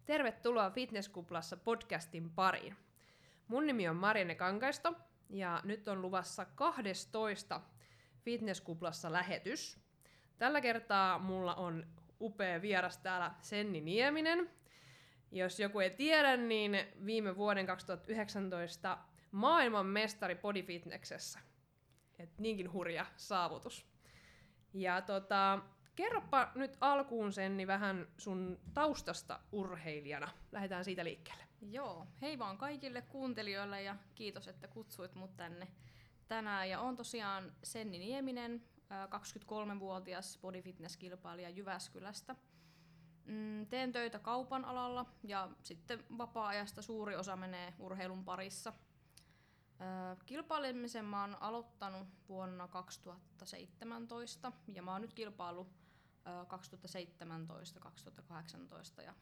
Tervetuloa Fitnesskuplassa podcastin pariin. Mun nimi on Marianne Kankaisto ja nyt on luvassa 12 Fitnesskuplassa lähetys. Tällä kertaa mulla on upea vieras täällä Senni Nieminen. Jos joku ei tiedä, niin viime vuoden 2019 maailmanmestari bodyfitnessessä. Et niinkin hurja saavutus. Ja kerropa nyt alkuun Senni vähän sun taustasta urheilijana. Lähdetään siitä liikkeelle. Joo, hei vaan kaikille kuuntelijoille ja kiitos, että kutsuit mut tänne tänään. Ja oon tosiaan Senni Nieminen, 23-vuotias bodyfitness-kilpailija Jyväskylästä. Teen töitä kaupan alalla ja sitten vapaa-ajasta suuri osa menee urheilun parissa. Kilpailemisen mä oon aloittanut vuonna 2017 ja mä oon nyt kilpaillut 2017, 2018 ja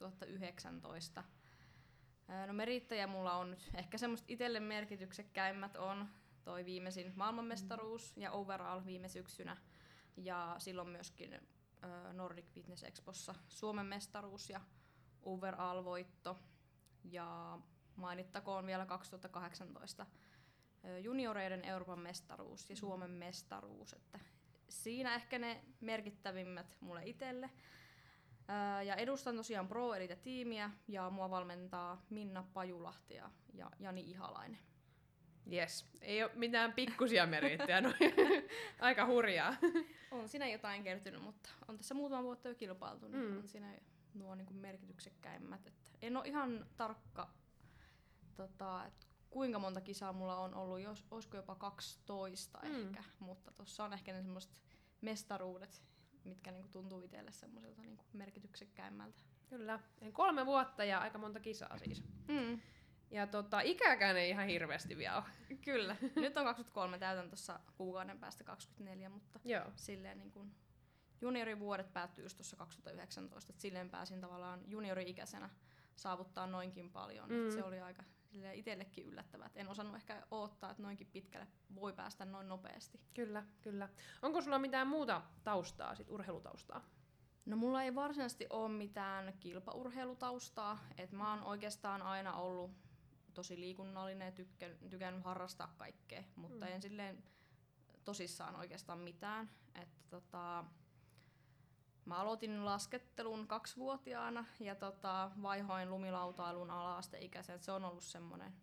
2019. No merittäjä mulla on nyt ehkä semmoista itselle merkityksekkäimmät on toi viimeisin maailmanmestaruus ja overall viime syksynä ja silloin myöskin Nordic Fitness Expossa Suomen mestaruus ja overall voitto ja mainittakoon vielä 2018 junioreiden Euroopan mestaruus ja Suomen mestaruus, että siinä ehkä ne merkittävimmät mulle itselle. Ja edustan tosiaan Pro Elite-tiimiä ja mua valmentaa Minna Pajulahti ja Jani Ihalainen. Jes, ei ole mitään pikkusia merittejä, no, aika hurjaa. On siinä jotain kertynyt, mutta on tässä muutama vuotta jo kilpailtu, niin on siinä nuo niin kuin merkityksekkäimmät. Että en ole ihan tarkka, että kuinka monta kisaa mulla on ollut, olisiko jopa 12 ehkä, mutta tuossa on ehkä ne semmoiset mestaruudet, mitkä niinku tuntuu itselle semmoiselta niinku merkityksekkäimmältä. Kyllä, 3 vuotta ja aika monta kisaa siis. Ja ikäkään ei ihan hirveästi vielä ole. Kyllä, nyt on 23, täytän tuossa kuukauden päästä 24, mutta silleen niinku juniorivuodet päättyy just tuossa 2019, että silleen pääsin tavallaan juniori-ikäisenä saavuttaa noinkin paljon. Se oli aika itsellekin yllättävää, että en osannut ehkä odottaa, että noinkin pitkälle voi päästä noin nopeasti. Kyllä, kyllä. Onko sulla mitään muuta taustaa, sit urheilutaustaa? No mulla ei varsinaisesti ole mitään kilpaurheilutaustaa, että mä oon oikeastaan aina ollut tosi liikunnallinen ja tykännyt harrastaa kaikkea, mutta en silleen tosissaan oikeastaan mitään. Että mä aloitin laskettelun 2-vuotiaana ja vaihoin lumilautailun ala-asteikäisen. Se on ollut semmoinen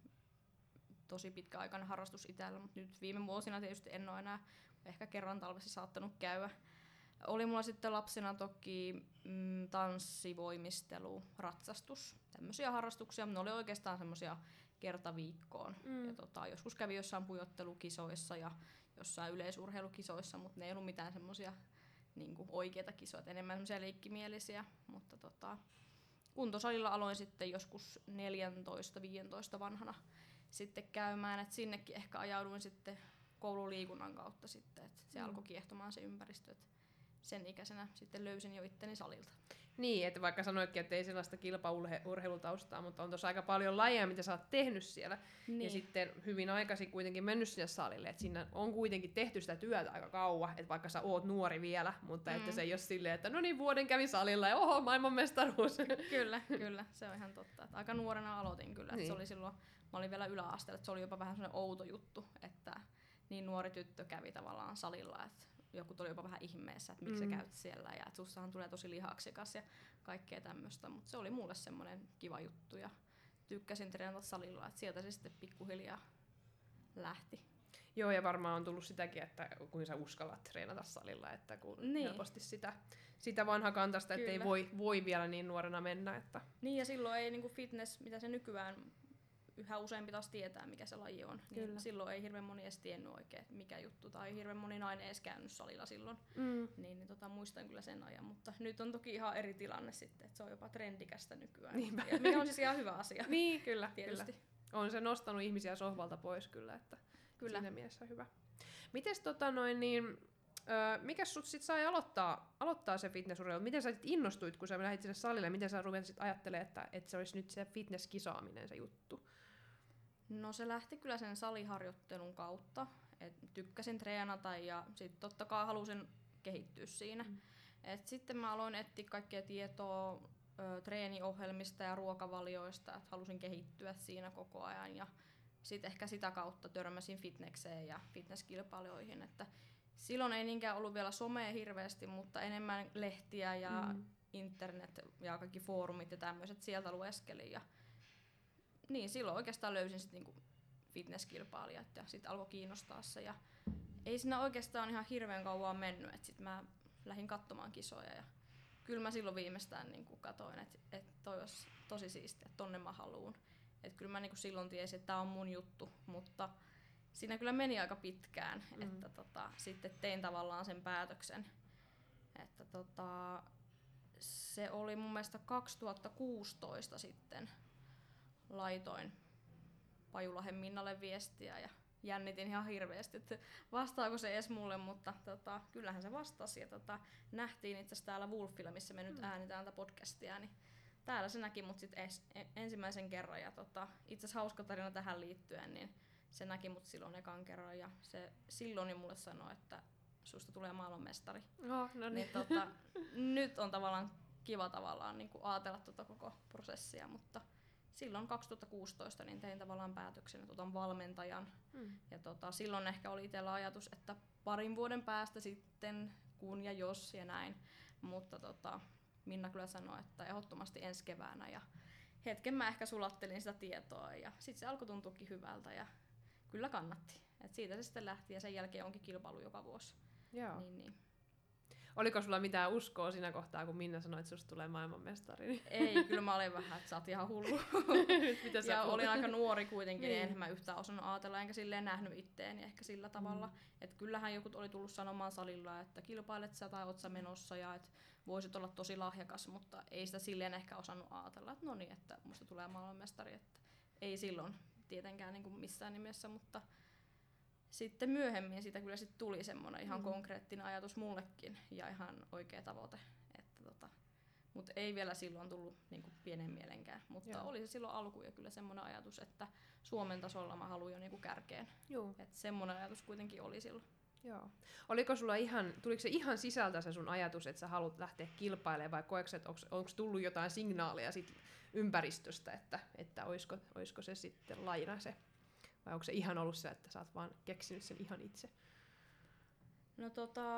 tosi pitkäaikainen harrastus itsellä, mutta nyt viime vuosina tietysti en ole enää ehkä kerran talvessa saattanut käydä. Oli mulla sitten lapsena toki tanssi, voimistelu, ratsastus, tämmöisiä harrastuksia, mutta ne oli oikeastaan semmoisia kertaviikkoon. Ja joskus kävi jossain pujottelukisoissa ja jossain yleisurheilukisoissa, mutta ne ei ollut mitään semmoisia niinku oikeita kisoja, enemmän semmoisia leikkimielisiä, mutta kuntosalilla aloin sitten joskus 14-15 vanhana sitten käymään, että sinnekin ehkä ajauduin sitten koululiikunnan kautta sitten, että se alkoi kiehtomaan se ympäristö, että sen ikäisenä sitten löysin jo itteni salilta. Niin, että vaikka sanoitkin, että ei sellaista kilpaurheilutaustaa, mutta on tuossa aika paljon lajeja, mitä sä oot tehnyt siellä. Niin. Ja sitten hyvin aikaisin kuitenkin mennyt sinne salille, että siinä on kuitenkin tehty sitä työtä aika kauan, että vaikka sä oot nuori vielä, mutta että se ei ole silleen, että no niin, vuoden kävi salilla ja oho, maailmanmestaruus. Kyllä, se on ihan totta. Että aika nuorena aloitin kyllä, että se oli silloin, mä olin vielä yläasteella, että se oli jopa vähän sellainen outo juttu, että niin nuori tyttö kävi tavallaan salilla, että joku tuli jopa vähän ihmeessä, että miksi sä käyt siellä ja että sussahan tulee tosi lihaksikas ja kaikkea tämmöistä, mutta se oli mulle semmoinen kiva juttu ja tykkäsin treenata salilla, että sieltä se sitten pikkuhiljaa lähti. Joo, ja varmaan on tullut sitäkin, että kun sä uskallat treenata salilla, että kun helposti sitä vanhakantasta, että ei voi vielä niin nuorena mennä. Että niin, ja silloin ei niinku fitness, mitä se nykyään yhä useampi taas tietää, mikä se laji on. Niin silloin ei hirveän moni edes tiennyt oikein, mikä juttu, tai hirveän moni nainen edes käynyt salilla silloin. Niin muistan kyllä sen ajan, mutta nyt on toki ihan eri tilanne sitten, että se on jopa trendikästä nykyään. Mikä on siis ihan hyvä asia. Niin, kyllä. Tietysti. Kyllä. On se nostanut ihmisiä sohvalta pois kyllä, että siinä mielessä hyvä. Mites mikäs sut sit sai aloittaa se fitnessurheilu? Miten sä innostuit, kun sä lähdit sinne salille? Miten sä rupesit ajattelemaan, että se olisi nyt se fitnesskisaaminen se juttu? No se lähti kyllä sen saliharjoittelun kautta. Et tykkäsin treenata ja sit totta kai halusin kehittyä siinä. Et sitten mä aloin etsiä kaikkea tietoa treeniohjelmista ja ruokavalioista, että halusin kehittyä siinä koko ajan ja sitten ehkä sitä kautta törmäsin fitnekseen ja fitnesskilpailijoihin, että silloin ei niinkään ollut vielä somea hirveästi, mutta enemmän lehtiä ja internet ja kaikki foorumit ja tämmöiset sieltä lueskelin ja niin silloin oikeastaan löysin sitten niinku fitnesskilpailijat ja sitten alkoi kiinnostaa se ja ei siinä oikeastaan ihan hirveän kauan mennyt, että sitten mä lähdin katsomaan kisoja ja kyllä mä silloin viimeistään niinku katoin, että toi olisi tosi siistiä, että tonne mä haluun. Että kyllä mä niinku silloin tiesin, että tää on mun juttu, mutta siinä kyllä meni aika pitkään, että sitten tein tavallaan sen päätöksen. Että se oli mun mielestä 2016 sitten laitoin Pajulahden Minnalle viestiä ja jännitin ihan hirveästi, että vastaako se edes mulle, mutta kyllähän se vastasi. Ja nähtiin itse asiassa täällä Wolfilla, missä me nyt äänitään tätä podcastia, niin täällä se näki mut sitten ensimmäisen kerran. Ja itse asiassa hauska tarina tähän liittyen, niin se näki mut silloin ekan kerran ja se silloin mulle sanoi, että susta tulee maailmanmestari. Oh, no niin. Nyt on tavallaan kiva niin kuin ajatella koko prosessia, mutta silloin 2016 niin tein tavallaan päätöksen, että otan valmentajan. Ja silloin ehkä oli itsellä ajatus, että parin vuoden päästä sitten, kun ja jos ja näin. Mutta Minna kyllä sanoi, että ehdottomasti ensi keväänä. Ja hetken mä ehkä sulattelin sitä tietoa ja sitten se alkoi tuntuakin hyvältä ja kyllä kannatti. Et siitä se sitten lähti ja sen jälkeen onkin kilpailu joka vuosi. Joo. Niin. Oliko sulla mitään uskoa siinä kohtaa, kun Minna sanoi, että susta tulee maailmanmestari? Ei, kyllä mä olin vähän, että sä oot ihan hullu. Mitä ja olin aika nuori kuitenkin, niin enhän mä yhtään osannut ajatella, enkä silleen nähnyt itteeni ehkä sillä tavalla. Että kyllähän joku oli tullut sanomaan salilla, että kilpailet sä tai oot sä menossa ja että voisit olla tosi lahjakas, mutta ei sitä silleen ehkä osannut ajatella, että no niin, että musta tulee maailmanmestari. Että ei silloin tietenkään niin kuin missään nimessä, mutta sitten myöhemmin siitä kyllä sit tuli semmoinen ihan konkreettinen ajatus mullekin ja ihan oikea tavoite. Mutta ei vielä silloin tullut niinku pienen mielenkään, mutta oli se silloin alku ja kyllä semmoinen ajatus, että Suomen tasolla mä haluan jo niinku kärkeen. Että semmoinen ajatus kuitenkin oli silloin. Joo. Tuliko se ihan sisältä se sun ajatus, että sä haluat lähteä kilpailemaan vai koetko, että onko tullut jotain signaaleja sit ympäristöstä, että olisiko se sitten laina se? Vai onko se ihan ollut se, että sä oot vaan keksinyt sen ihan itse? No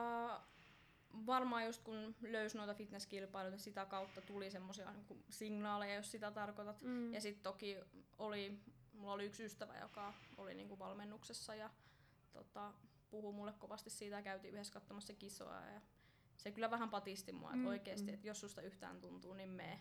varmaan just kun löysi noita fitnesskilpailuita, sitä kautta tuli semmosia niin signaaleja, jos sitä tarkoitat. Ja sitten toki mulla oli yksi ystävä, joka oli niinku valmennuksessa ja puhui mulle kovasti siitä ja käytiin yhdessä katsomassa kisoa. Ja se kyllä vähän patisti mua, että oikeesti, että jos susta yhtään tuntuu, niin mee.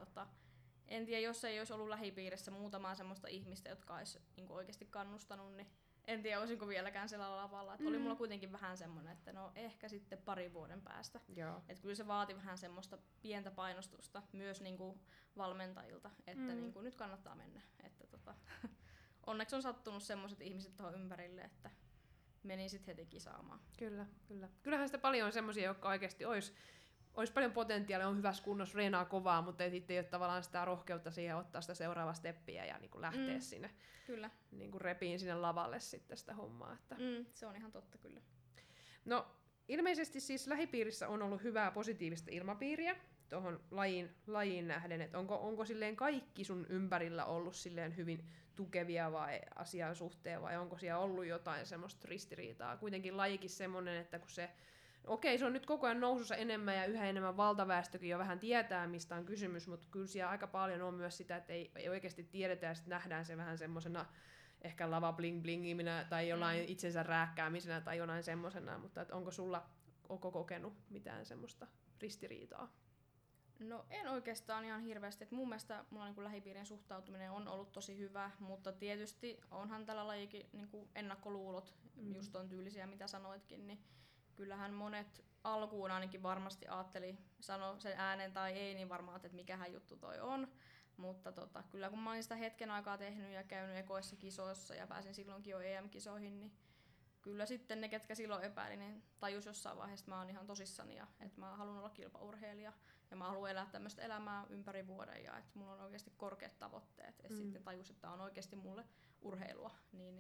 En tiedä, jos ei olisi ollut lähipiirissä muutamaa semmoista ihmistä, jotka olisi niin oikeasti kannustanut, niin en tiedä, olisinko vieläkään siellä lavalla. Oli mulla kuitenkin vähän semmoinen, että no ehkä sitten parin vuoden päästä. Että kyllä se vaati vähän semmoista pientä painostusta myös niinku valmentajilta, että niinku nyt kannattaa mennä. Että onneksi on sattunut semmoiset ihmiset tuohon ympärille, että menin sitten heti kisaamaan. Kyllä. Kyllähän sitä paljon on semmoisia, jotka oikeasti olisi paljon potentiaalia, on hyvässä kunnossa, reenaa kovaa, mutta ei ole tavallaan sitä rohkeutta siihen ottaa sitä seuraavaa steppiä ja niin kuin lähteä sinne, kyllä. Niin kuin repiin sinne lavalle sitten sitä hommaa. Että. Se on ihan totta kyllä. No ilmeisesti siis lähipiirissä on ollut hyvää positiivista ilmapiiriä tuohon lajiin nähden, että onko silleen kaikki sun ympärillä ollut silleen hyvin tukevia vai asian suhteen vai onko siellä ollut jotain semmoista ristiriitaa. Kuitenkin lajikin semmoinen, että kun se se on nyt koko ajan nousussa enemmän ja yhä enemmän valtaväestökin jo vähän tietää, mistä on kysymys, mutta kyllä siellä aika paljon on myös sitä, että ei oikeasti tiedetä ja sitten nähdään se vähän semmosena ehkä lava bling blingiminä tai jollain itsensä rääkkäämisenä tai jonain semmosena, mutta onko sulla kokenut mitään semmoista ristiriitaa? No en oikeastaan ihan hirveästi. Et mun mielestä mulla niinku lähipiirin suhtautuminen on ollut tosi hyvä, mutta tietysti onhan tällä lajikin niinku ennakkoluulot, just on tyylisiä mitä sanoitkin, niin kyllähän monet alkuun ainakin varmasti sano sen äänen tai ei, niin varmaan että mikähän juttu toi on. Mutta kyllä kun mä olin sitä hetken aikaa tehnyt ja käynyt ekoissa kisoissa ja pääsin silloinkin jo EM-kisoihin, niin kyllä sitten ne, ketkä silloin epäili, niin tajus jossain vaiheessa, että mä oon ihan tosissani ja että mä haluan olla kilpaurheilija ja mä haluan elää tämmöistä elämää ympäri vuoden ja että mulla on oikeasti korkeat tavoitteet. Ja sitten tajus, että tää on oikeasti mulle urheilua.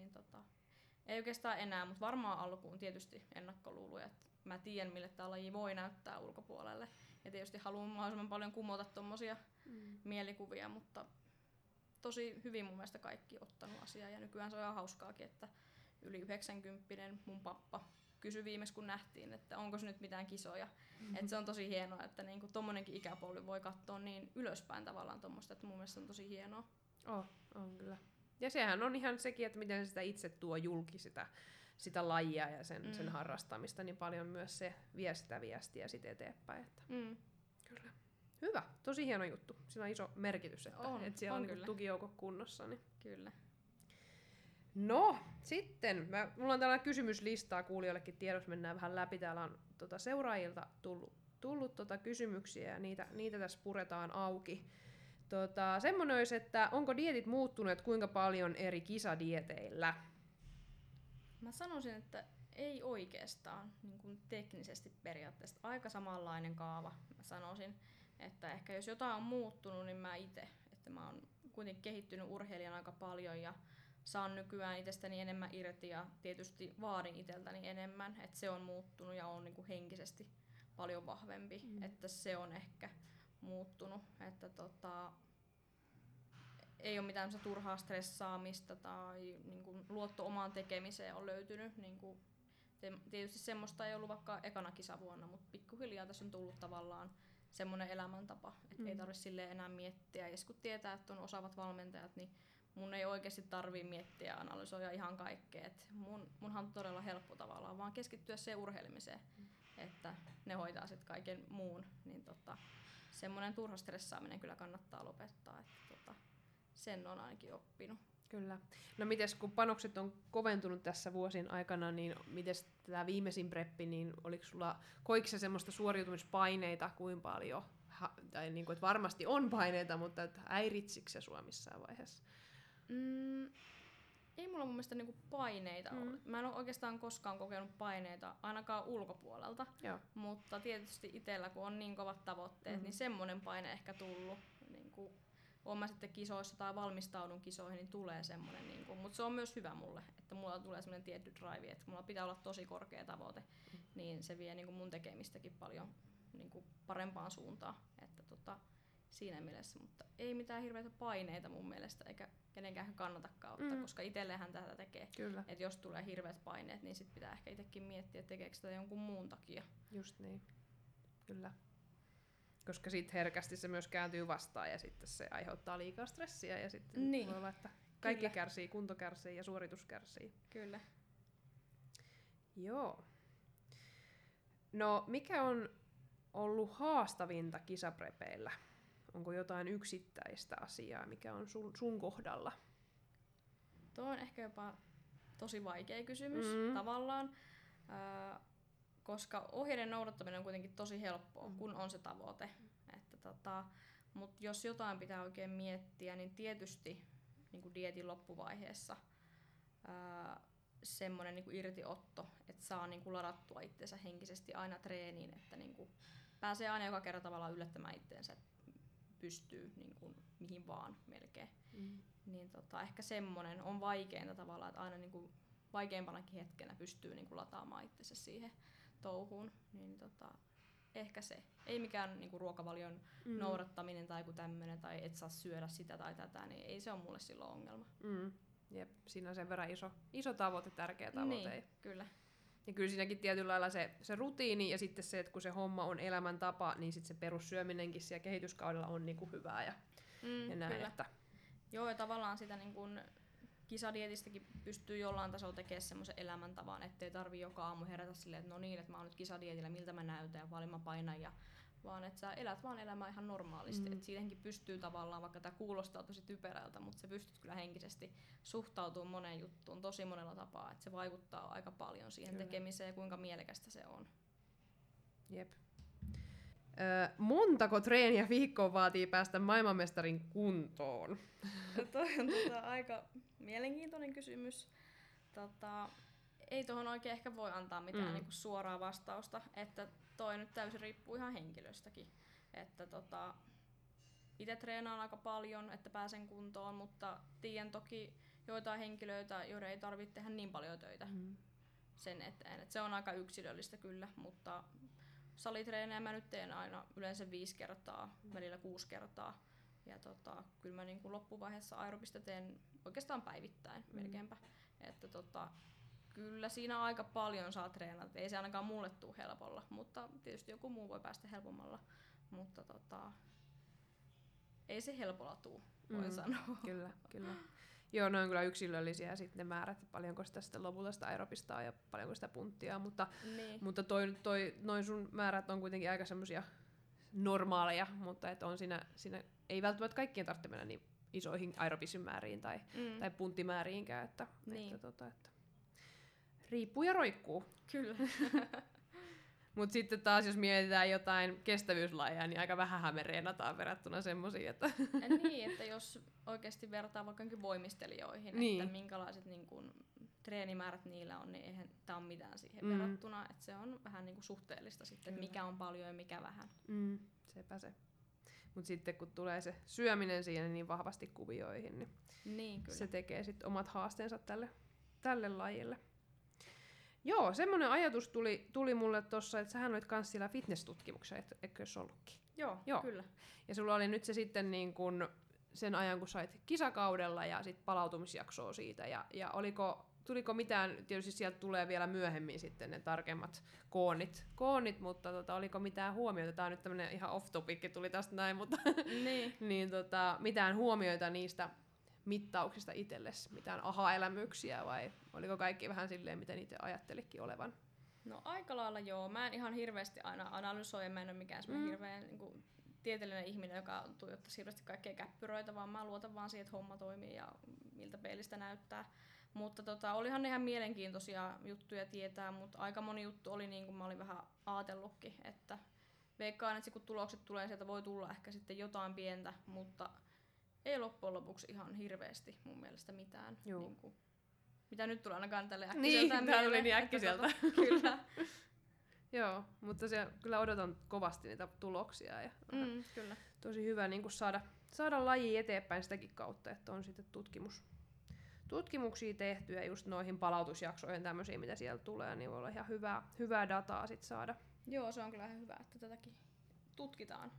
Ei oikeastaan enää, mutta varmaan alkuun tietysti ennakkoluuluja. Mä tiedän, mille tää laji voi näyttää ulkopuolelle. Ja tietysti haluan mahdollisimman paljon kumota tommosia mielikuvia, mutta tosi hyvin mun mielestä kaikki ottanut asiaa. Ja nykyään se on ihan hauskaakin, että yli 90 mun pappa kysyi viimeksi kun nähtiin, että onko se nyt mitään kisoja. Että se on tosi hienoa, että niinku tommonenkin ikäpolvi voi katsoa niin ylöspäin tavallaan tommoista, että mun mielestä se on tosi hienoa. On kyllä. Ja sehän on ihan sekin, että miten sitä itse tuo julki sitä lajia ja sen harrastamista, niin paljon myös se vie sitä viestiä sit eteenpäin. Että. Kyllä. Hyvä, tosi hieno juttu. Sillä on iso merkitys, että siellä on niinku tukijoukko kunnossa. Niin. Kyllä. No, sitten. Mulla on tällainen kysymyslistaa kuulijoillekin tiedoksi, mennään vähän läpi. Täällä on seuraajilta tullut kysymyksiä ja niitä tässä puretaan auki. Semmoinen olisi, että onko dieetit muuttuneet kuinka paljon eri kisadieteillä? Mä sanoisin, että ei oikeastaan niin kuin teknisesti periaatteessa. Aika samanlainen kaava. Mä sanoisin, että ehkä jos jotain on muuttunut, niin mä itse. Että mä oon kuitenkin kehittynyt urheilijana aika paljon ja saan nykyään itsestäni enemmän irti ja tietysti vaadin itseltäni enemmän. Että se on muuttunut ja on niin kuin henkisesti paljon vahvempi. Että se on ehkä muuttunut. Että ei ole mitään turhaa stressaamista tai niin kuin luotto omaan tekemiseen on löytynyt. Niin kuin, tietysti semmoista ei ollut vaikka ekana kisavuonna, mutta pikkuhiljaa tässä on tullut tavallaan semmoinen elämäntapa, että ei tarvitse silleen enää miettiä. Ja kun tietää, että on osaavat valmentajat, niin mun ei oikeasti tarvii miettiä ja analysoida ihan kaikkea. Et munhan on todella helppo tavallaan vaan keskittyä siihen urheilemiseen, että ne hoitaa sitten kaiken muun. Niin semmoinen turha stressaaminen kyllä kannattaa lopettaa. Että sen on ainakin oppinut. Kyllä. No mites kun panokset on koventunut tässä vuosien aikana, niin mites tämä viimeisin preppi, niin koiko se semmoista suoriutumispaineita kuin paljon? Tai niin kuin, että varmasti on paineita, mutta häiritsikö se sua missään vaiheessa? Ei mulla mun mielestä niinku paineita ole. Mä en ole oikeastaan koskaan kokenut paineita, ainakaan ulkopuolelta. Joo. Mutta tietysti itsellä, kun on niin kovat tavoitteet, niin semmoinen paine ehkä tullut. Niinku, oon mä sitten kisoissa tai valmistaudun kisoihin, niin tulee semmoinen. Niinku, mutta se on myös hyvä mulle, että mulla tulee semmoinen tietty drive, että mulla pitää olla tosi korkea tavoite. Niin se vie niinku mun tekemistäkin paljon niinku parempaan suuntaan. Että siinä mielessä, mutta ei mitään hirveitä paineita mun mielestä, eikä kenenkään kannatakaan ottaa, koska itselleenhän tätä tekee. Että jos tulee hirveät paineet, niin sit pitää ehkä itsekin miettiä, että tekeekö sitä jonkun muun takia. Just niin, kyllä. Koska sit herkästi se myös kääntyy vastaan ja sitten se aiheuttaa liikaa stressiä ja sitten voi olla, että kaikki kärsii, kunto kärsii ja suoritus kärsii. Kyllä. Joo. No mikä on ollut haastavinta kisaprepeillä? Onko jotain yksittäistä asiaa, mikä on sun kohdalla? Tuo on ehkä jopa tosi vaikea kysymys tavallaan, koska ohjeiden noudattaminen on kuitenkin tosi helppoa, kun on se tavoite. Mutta jos jotain pitää oikein miettiä, niin tietysti niin dieetin loppuvaiheessa semmoinen niin irtiotto, että saa niin ladattua itsensä henkisesti aina treeniin, että niin pääsee aina joka kerta tavallaan yllättämään itseensä, pystyy niin kuin mihin vaan melkein. Niin ehkä semmonen on vaikeinta tavallaan, että aina niin kuin vaikeimpanakin hetkenä pystyy niin kuin lataamaan itsensä siihen touhuun. Niin ehkä se. Ei mikään niin kuin ruokavalion noudattaminen tai joku tämmönen, tai et saa syödä sitä tai tätä, niin ei se ole mulle silloin ongelma. Jep, siinä on sen verran iso tavoite, tärkeä tavoite. Niin, kyllä. Ja kyllä siinäkin tietyllä lailla se rutiini ja sitten se, että kun se homma on elämäntapa, niin sitten se perussyöminenkin siellä kehityskaudella on niinku hyvää ja näin. Kyllä. Että. Joo, ja tavallaan sitä niin kun kisadietistäkin pystyy jollain tasolla tekemään semmoisen elämäntavan, ettei tarvii joka aamu herätä silleen, että no niin, että mä oon nyt kisadietillä, miltä mä näytän ja paljon mä painan, vaan että sä elät vaan elämää ihan normaalisti. Et siihenkin pystyy tavallaan, vaikka tämä kuulostaa tosi typerältä, mutta sä pystyt kyllä henkisesti suhtautumaan moneen juttuun tosi monella tapaa, että se vaikuttaa aika paljon siihen tekemiseen ja kuinka mielekästä se on. Jep. Montako treeniä viikkoon vaatii päästä maailmanmestarin kuntoon? Toi on aika mielenkiintoinen kysymys. Ei tuohon oikein ehkä voi antaa mitään niinku suoraa vastausta, että toi nyt täysin riippuu ihan henkilöstäkin. Että itse treenaan aika paljon, että pääsen kuntoon, mutta tiedän toki joitain henkilöitä, joiden ei tarvitse tehdä niin paljon töitä sen eteen. Et se on aika yksilöllistä kyllä, mutta salitreenejä mä nyt teen aina yleensä 5 kertaa, välillä 6 kertaa. Ja kyllä mä niinku loppuvaiheessa aerobista teen oikeastaan päivittäin melkeinpä. Että kyllä siinä aika paljon saa treenata. Ei se ainakaan mulle tule helpolla, mutta tietysti joku muu voi päästä helpommalla. Mutta ei se helpolla tule, voin sanoa. Kyllä. Joo, ne on kyllä yksilöllisiä sitten ne määrät, paljonko sitä sitten lopulta sitä aerobistaa ja paljonko sitä punttia, mutta noin sun määrät on kuitenkin aika semmosia normaaleja, mutta et on siinä ei välttämättä kaikkien tarvitse mennä niin isoihin aerobisin määriin tai punttimääriinkään, että riippuu ja roikkuu. Kyllä. Mutta sitten taas, jos mietitään jotain kestävyyslajeja, niin aika vähänhän me reenataan verrattuna semmosiin. Että niin, että jos oikeasti vertaa vaikka voimistelijoihin, niin. Että minkälaiset niin kun, treenimäärät niillä on, niin eihän tämä ole mitään siihen verrattuna. Että se on vähän niin kun suhteellista sitten, mikä on paljon ja mikä vähän. Sepä se. Mutta sitten kun tulee se syöminen siinä niin vahvasti kuvioihin, niin kyllä. Se tekee sitten omat haasteensa tälle lajille. Joo, semmoinen ajatus tuli mulle tossa, että sähän olit kans siellä fitness-tutkimuksessa, eikö se ollutkin? Joo, kyllä. Ja sulla oli nyt se sitten niin kun sen ajan, kun sait kisakaudella ja sit palautumisjaksoa siitä, ja tuliko mitään, tietysti sieltä tulee vielä myöhemmin sitten ne tarkemmat koonnit, mutta oliko mitään huomioita, tää on nyt tämmönen ihan off-topic, tuli tästä näin, mutta niin mitään huomioita niistä mittauksista itsellesi, mitään aha-elämyksiä vai oliko kaikki vähän silleen, miten itse ajattelikin olevan? No aika lailla joo. Mä en ihan hirveästi aina analysoi, mä en ole mikään semmoinen hirveän niin tieteellinen ihminen, joka tuijottaa hirveästi kaikkea käppyröitä, vaan mä luotan vaan siihen, että homma toimii ja miltä peilistä näyttää. Mutta olihan ne ihan mielenkiintoisia juttuja tietää, mutta aika moni juttu oli niin kuin mä olin vähän ajatellutkin, että veikkaan, että kun tulokset tulee, sieltä voi tulla ehkä sitten jotain pientä, mutta ei loppujen lopuksi ihan hirveästi mun mielestä mitään. Niin kuin, mitä nyt tulee ainakaan tälle äkkiseltä mieleen. Niin, tuli niin äkkiseltä. Kyllä. Joo, mutta se, kyllä odotan kovasti niitä tuloksia. Ja kyllä. Tosi hyvä niin kuin saada laji eteenpäin sitäkin kautta, että on sitten tutkimuksia tehty ja just noihin palautusjaksoihin tämmöisiä, mitä sieltä tulee, niin voi olla ihan hyvää dataa sit saada. Joo, se on kyllä ihan hyvä, että tätäkin tutkitaan.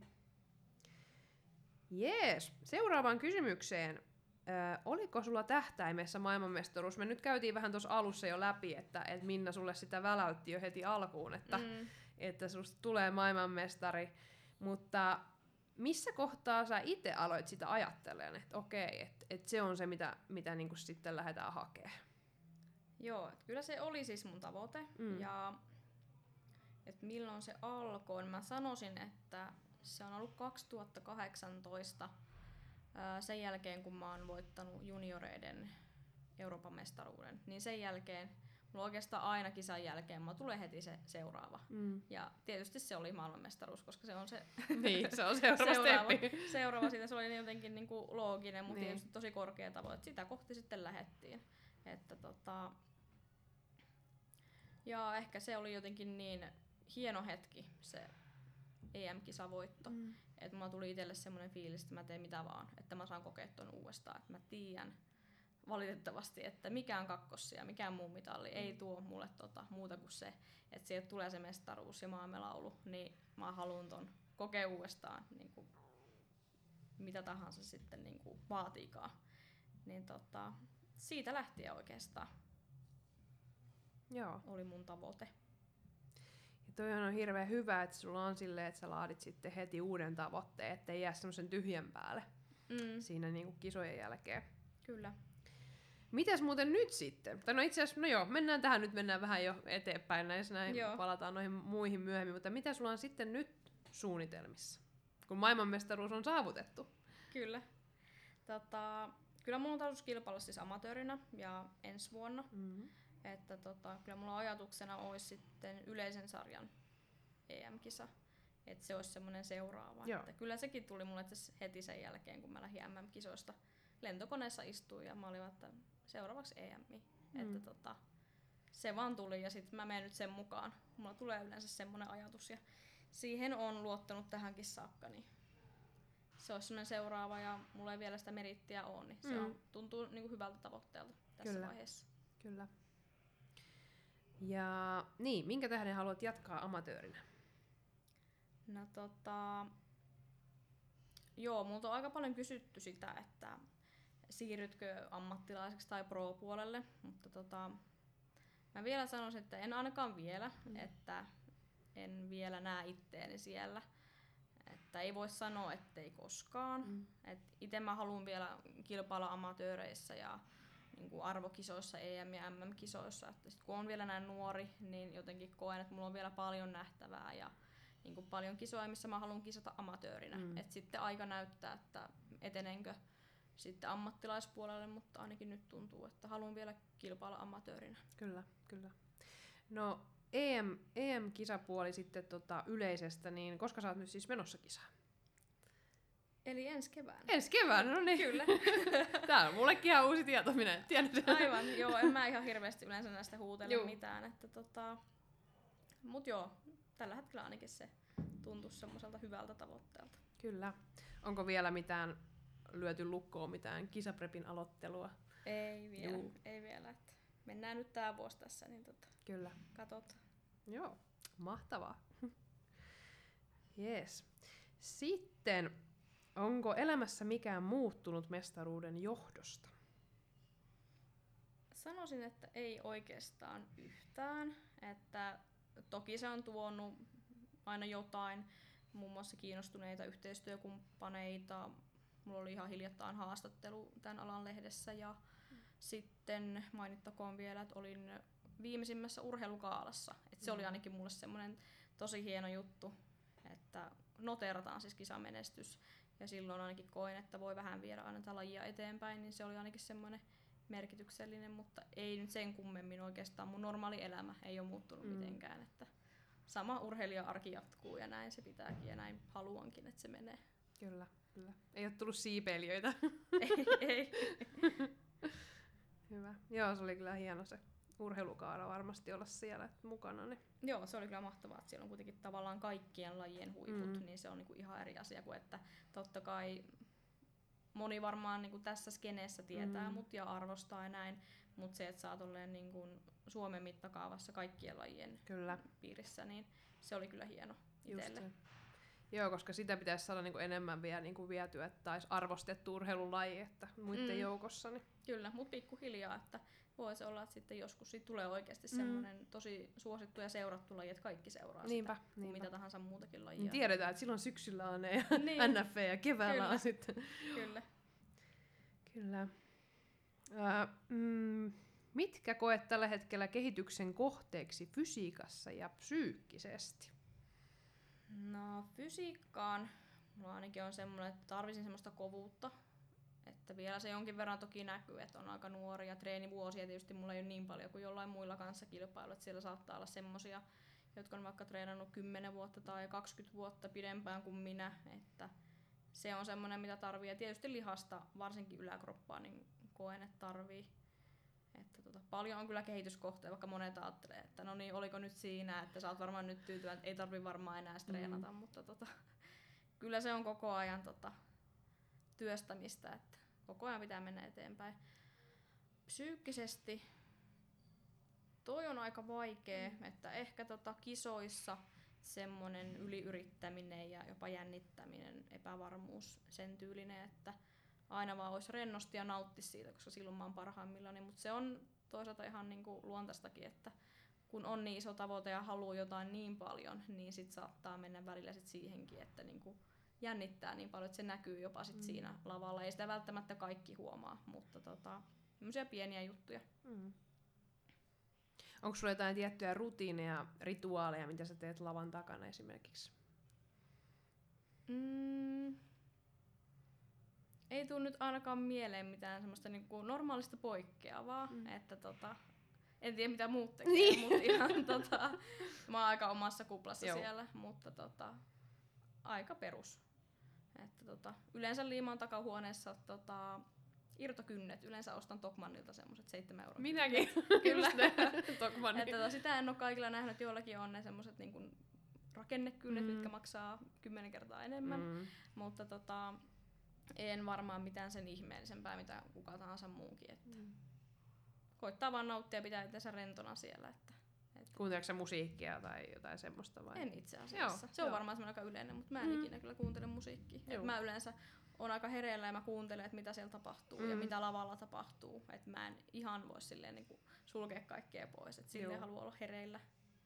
Jees, seuraavaan kysymykseen. Oliko sulla tähtäimessä maailmanmestaruus? Me nyt käytiin vähän tuossa alussa jo läpi, että Minna sulle sitä väläytti jo heti alkuun, että susta tulee maailmanmestari, mutta missä kohtaa sä itse aloit sitä ajattelemaan, että okei, että se on se, mitä niinku sitten lähdetään hakemaan? Joo, kyllä se oli siis mun tavoite, ja että milloin se alkoi, mä sanoisin, että se on ollut 2018 sen jälkeen, kun mä oon voittanut junioreiden Euroopan mestaruuden, niin sen jälkeen, mulla oikeastaan aina kisan jälkeen, mulla tulee heti se seuraava. Ja tietysti se oli maailmanmestaruus, koska se on se, niin, se on seuraava siitä, se oli jotenkin niinku looginen, mutta tietysti tosi korkea tavoite. Sitä kohti sitten lähdettiin. Että ja ehkä se oli jotenkin niin hieno hetki, se EM-kisavoitto. Että mulla tuli itselle semmoinen fiilis, että mä teen mitä vaan, että mä saan kokea ton uudestaan. Että mä tiedän valitettavasti, että mikään kakkossia, mikään muu mitalli ei tuo mulle muuta kuin se, että sieltä tulee se mestaruus ja maamelaulu, niin mä haluan ton kokea uudestaan, niin kuin mitä tahansa sitten niin kuin vaatiikaan. Niin siitä lähtien oikeastaan oli mun tavoite. Ja toi on hirveän hyvä, että sulla on silleen, että sä laadit sitten heti uuden tavoitteen, ettei jää semmoisen tyhjän päälle siinä niinku kisojen jälkeen. Kyllä. Mitäs muuten nyt sitten? Tai no itse asiassa, mennään tähän nyt, mennään vähän jo eteenpäin näissä, palataan noihin muihin myöhemmin, mutta mitä sulla on sitten nyt suunnitelmissa, kun maailmanmestaruus on saavutettu? Kyllä. Kyllä mulla on tarkoitus kilpailla siis amatöörinä ja ensi vuonna. Että kyllä mulla ajatuksena olisi sitten yleisen sarjan EM-kisa, että se olisi semmoinen seuraava. Että kyllä sekin tuli mulle heti sen jälkeen, kun mä lähdin MM-kisoista lentokoneessa istuin ja mä olin, että seuraavaksi EM. Että se vaan tuli ja sitten mä menen nyt sen mukaan. Mulla tulee yleensä semmoinen ajatus ja siihen on luottanut tähänkin saakka, niin se olisi semmoinen seuraava ja mulla ei vielä sitä merittiä ole, niin se tuntuu niinku hyvältä tavoitteelta tässä vaiheessa. Kyllä. Ja niin, minkä tähden haluat jatkaa amatöörinä? No joo, multa on aika paljon kysytty sitä, että siirrytkö ammattilaiseksi tai pro-puolelle, mutta mä vielä sanoisin, että en ainakaan vielä, että en vielä näe itteeni siellä. Että ei voi sanoa, ettei koskaan. Et ite mä haluan vielä kilpailla amatööreissä ja niin kuin arvokisoissa, EM- ja MM-kisoissa. Että sit kun on vielä näin nuori, niin jotenkin koen, että mulla on vielä paljon nähtävää ja niin kuin paljon kisoja, missä mä haluan kisata amatöörinä. Et sitten aika näyttää, että etenenkö sitten ammattilaispuolelle, mutta ainakin nyt tuntuu, että haluan vielä kilpailla amatöörinä. Kyllä, kyllä. No EM-kisapuoli sitten yleisestä, niin koska sä oot nyt siis menossa kisaan? Eli ensi keväänä. Ensi keväänä, no niin. Kyllä. Tää on mullekin ihan uusi tieto, minä en tiennyt. Aivan, joo, en mä ihan hirveästi yleensä näistä huutele mitään. Että mut joo, tällä hetkellä ainakin se tuntuu semmoiselta hyvältä tavoitteelta. Kyllä. Onko vielä mitään lyöty lukkoon, mitään kisaprepin aloittelua? Ei vielä, ei vielä. Että mennään nyt tää vuosi tässä, niin Kyllä. katsotaan. Joo, mahtavaa. Jees. Sitten, onko elämässä mikään muuttunut mestaruuden johdosta? Sanoisin, että ei oikeastaan yhtään. Että toki se on tuonut aina jotain, muun muassa kiinnostuneita yhteistyökumppaneita. Mulla oli ihan hiljattain haastattelu tämän alan lehdessä ja sitten mainittakoon vielä, että olin viimeisimmässä urheilukaalassa. Et se oli ainakin mulle semmoinen tosi hieno juttu, että noteerataan siis kisamenestys. Ja silloin ainakin koin, että voi vähän viedä aina tätä lajia eteenpäin, niin se oli ainakin semmoinen merkityksellinen, mutta ei nyt sen kummemmin oikeastaan. Mun normaali elämä ei ole muuttunut mitenkään. Että sama urheilija-arki jatkuu ja näin se pitääkin ja näin haluankin, että se menee. Kyllä, kyllä. Ei ole tullut siipeilijöitä. ei. Hyvä. Joo, se oli kyllä hieno se urheilukaara varmasti olla siellä mukana. Niin. Joo, se oli kyllä mahtavaa, että siellä on kuitenkin tavallaan kaikkien lajien huiput, niin se on niinku ihan eri asia kuin, että totta kai moni varmaan niinku tässä skeneessä tietää mut ja arvostaa ja näin, mutta se, että sä oot olleen niinku Suomen mittakaavassa kaikkien lajien piirissä, niin se oli kyllä hieno itselle. Joo, koska sitä pitäisi saada niinku enemmän vielä niinku vietyä, että olisi arvostettu urheilulaji että muiden joukossa. Niin. Kyllä, mutta pikkuhiljaa, että voisi olla, että sitten joskus siitä tulee oikeasti semmoinen tosi suosittu ja seurattu laji, että kaikki seuraa sitä, mitä tahansa muutakin lajia. Niin tiedetään, että silloin syksyllä on ne ja NFV ja keväällä on sitten. Kyllä. Kyllä. Mitkä koet tällä hetkellä kehityksen kohteeksi fysiikassa ja psyykkisesti? No fysiikkaan mulla ainakin on semmoinen, että tarvisin semmoista kovuutta. Että vielä se jonkin verran toki näkyy, että on aika nuori ja treenivuosia tietysti mulla ei ole niin paljon kuin jollain muilla kanssa kilpailu, että siellä saattaa olla semmosia, jotka on vaikka treenannut 10 vuotta tai 20 vuotta pidempään kuin minä, että se on semmoinen mitä tarvii ja tietysti lihasta, varsinkin yläkroppaa, niin koen, että tarvii. Että paljon on kyllä kehityskohteita, vaikka monet ajattelee, että no niin, oliko nyt siinä, että sä oot varmaan nyt tyytyväinen, että ei tarvii varmaan enää treenata, mutta kyllä se on koko ajan työstämistä, että koko ajan pitää mennä eteenpäin. Psyykkisesti toi on aika vaikea, että ehkä kisoissa semmonen yliyrittäminen ja jopa jännittäminen, epävarmuus, sen tyylinen, että aina vaan olisi rennosti ja nauttisi siitä, koska silloin mä oon parhaimmillani, mutta se on toisaalta ihan niinku luontaistakin, että kun on niin iso tavoite ja haluaa jotain niin paljon, niin sit saattaa mennä välillä sit siihenkin, että niinku jännittää niin paljon, että se näkyy jopa sit siinä lavalla. Ei sitä välttämättä kaikki huomaa, mutta tämmöisiä pieniä juttuja. Onko sulla jotain tiettyjä rutiineja, rituaaleja, mitä sä teet lavan takana esimerkiksi? Ei tule nyt ainakaan mieleen mitään semmoista niinku normaalista poikkeavaa, että en tiedä mitä muut tekee, mutta ihan mä oon aika omassa kuplassa siellä, mutta aika perus. Että yleensä liimaan takahuoneessa irtokynnet. Yleensä ostan Tokmannilta semmoset 7 €. Minäkin. Kyllä. Että sitä en ole kaikilla nähnyt, joillakin on ne semmoset niinku rakennekynnet, mitkä maksaa 10 kertaa enemmän. Mutta en varmaan mitään sen ihmeellisempää, mitä kuka tahansa muukin. Että koittaa vaan nauttia ja pitää itseänsä rentona siellä, että Kuunteleeko sä musiikkia tai jotain semmoista vai? En itse asiassa. Joo, se on joo. varmaan semmoinen aika yleinen, mutta mä en ikinä kyllä kuuntele musiikkia. Et mä yleensä on aika hereillä ja mä kuuntelen, että mitä siellä tapahtuu ja mitä lavalla tapahtuu. Et mä en ihan voi silleen niinku sulkea kaikkea pois. Et silleen haluan olla hereillä.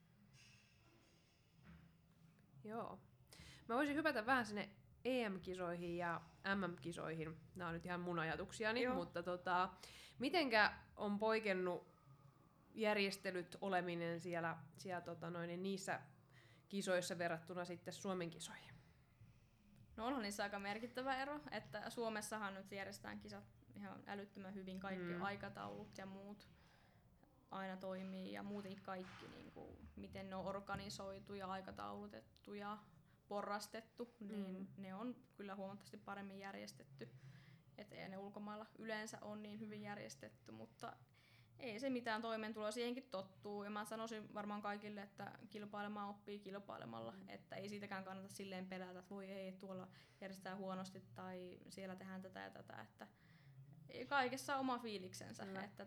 Joo. Mä voisin hypätä vähän sinne EM-kisoihin ja MM-kisoihin. Nämä on nyt ihan mun ajatuksiani, mutta mitenkä on poikennut järjestelyt oleminen siellä niissä kisoissa verrattuna sitten Suomen kisoihin? No onhan niissä aika merkittävä ero, että Suomessahan nyt järjestetään kisat ihan älyttömän hyvin, kaikki aikataulut ja muut aina toimii ja muutenkin kaikki, niin kuin, miten ne on organisoitu ja aikataulutettu ja porrastettu, niin ne on kyllä huomattavasti paremmin järjestetty. Et ei ne ulkomailla yleensä on niin hyvin järjestetty, mutta ei se mitään, toimeentuloa siihenkin tottuu. Ja mä sanoisin varmaan kaikille, että kilpailemaan oppii kilpailemalla. Että ei siitäkään kannata silleen pelätä, että voi ei, tuolla järjestetään huonosti tai siellä tehdään tätä ja tätä. Että kaikessa oma fiiliksensä. Että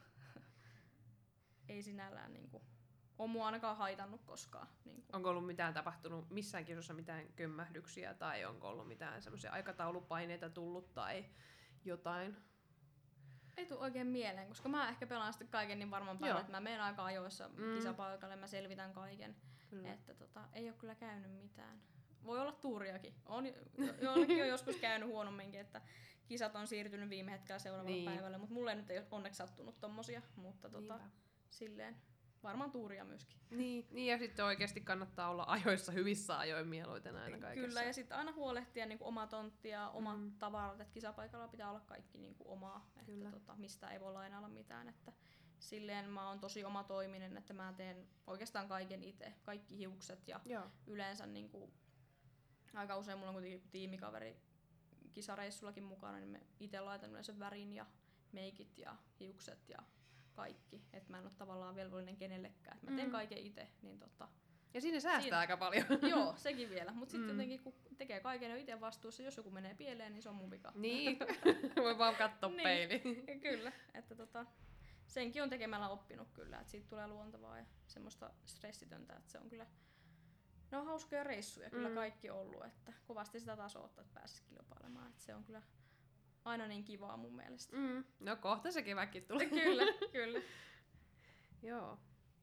ei sinällään niinku ole mua ainakaan haitannut koskaan. Niinku. Onko ollut mitään tapahtunut missään kisossa mitään kömmähdyksiä tai onko ollut mitään semmoisia aikataulupaineita tullut tai jotain? Ei tule oikein mieleen, koska mä ehkä pelaan sitten kaiken niin varmaan päälle, että mä menen aika ajoissa kisapaikalle, mä selvitän kaiken. Että ei ole kyllä käynyt mitään. Voi olla tuuriakin. Jollekin on joskus käynyt huonomminkin, että kisat on siirtynyt viime hetkellä seuraavalle päivälle, mutta mulle nyt ei ole onneksi sattunut tommosia, mutta silleen varmaan tuuria myöskin. Niin ja sitten oikeasti kannattaa olla ajoissa hyvissä ajoin mieluiten aina kaikessa. Kyllä, ja sitten aina huolehtia niinku oma tontti ja omat tavarat, että kisapaikalla pitää olla kaikki niinku omaa, että mistä ei voi lainailla mitään. Että silleen mä oon tosi omatoiminen, että mä teen oikeastaan kaiken itse, kaikki hiukset ja yleensä niinku, aika usein mulla on kuitenkin tiimikaveri kisareissullakin mukana, niin me itse laitan yleensä värin ja meikit ja hiukset ja kaikki, että mä en ole tavallaan velvollinen kenellekään, että mä teen kaiken itse, niin ja siinä säästää aika paljon. Joo, sekin vielä, mutta sitten jotenkin kun tekee kaiken jo itse vastuussa, jos joku menee pieleen, niin se on mun vika. Niin, voi vaan katsoa peiliin. Kyllä, että senkin on tekemällä oppinut kyllä, että siitä tulee luontevaa ja semmoista stressitöntä, että se on kyllä, ne on hauskoja reissuja kyllä kaikki ollut, että kovasti sitä taas odottaa, että pääsisi kilpailemaan, että se on kyllä aina niin kivaa mun mielestä. No kohta se kevätkin tulee. Kyllä. Joo.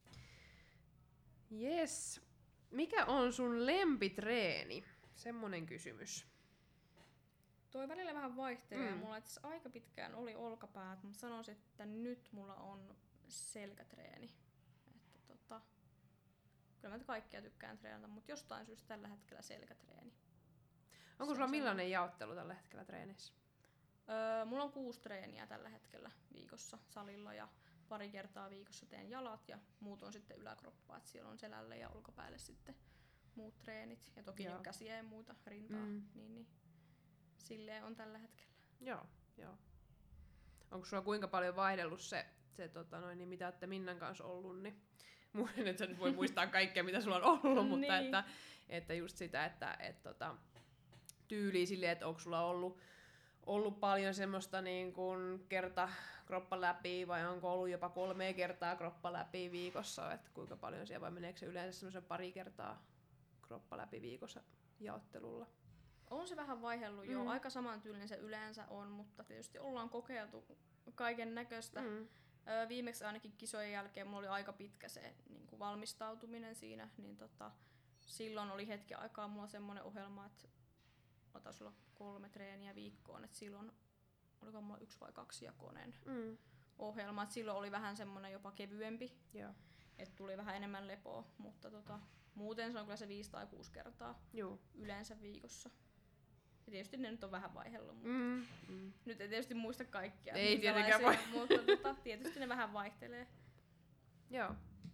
Yes. Mikä on sun lempitreeni? Semmonen kysymys. Toi välillä vähän vaihtelee. Mulla itse aika pitkään oli olkapäät, mutta sanoisin, että nyt mulla on selkätreeni. Että kyllä mä kaikkia tykkään treenata, mutta jostain syystä tällä hetkellä selkätreeni. Onko sulla millainen jaottelu tällä hetkellä treenissä? Mulla on 6 treeniä tällä hetkellä viikossa salilla ja pari kertaa viikossa teen jalat ja muut on sitten yläkroppaa, että siellä on selälle ja olkapäälle sitten muut treenit ja toki nyt käsiä ja muuta rintaa, niin silleen on tällä hetkellä. Joo. Onko sulla kuinka paljon vaihdellut se niin mitä olette Minnan kanssa ollut, niin nyt sä nyt voi muistaa kaikkea mitä sulla on ollut, mutta että just sitä, että tyyliä silleen, että onko sulla ollut paljon semmoista niin kuin kerta kroppa läpi vai onko ollut jopa 3 kertaa kroppa läpi viikossa, että kuinka paljon siellä vai meneekö se yleensä semmoisen pari kertaa kroppa läpi viikossa jaottelulla? On se vähän vaihellut jo, aika samantyylinen se yleensä on, mutta tietysti ollaan kokeiltu kaiken näköistä. Viimeksi ainakin kisojen jälkeen mulla oli aika pitkä se niin kuin valmistautuminen siinä, niin silloin oli hetki aikaa mulla semmoinen ohjelma, että taisi olla 3 treeniä viikkoon, että silloin oliko mulla 1 vai 2 jakoinen ohjelma, että silloin oli vähän semmoinen jopa kevyempi, että tuli vähän enemmän lepoa, mutta muuten se on kyllä se 5 tai 6 kertaa yleensä viikossa. Ja tietysti ne nyt on vähän vaihellut, mutta nyt ei tietysti muista kaikkia. Ei tietenkään voi. Mutta tietysti ne vähän vaihtelee. Joo.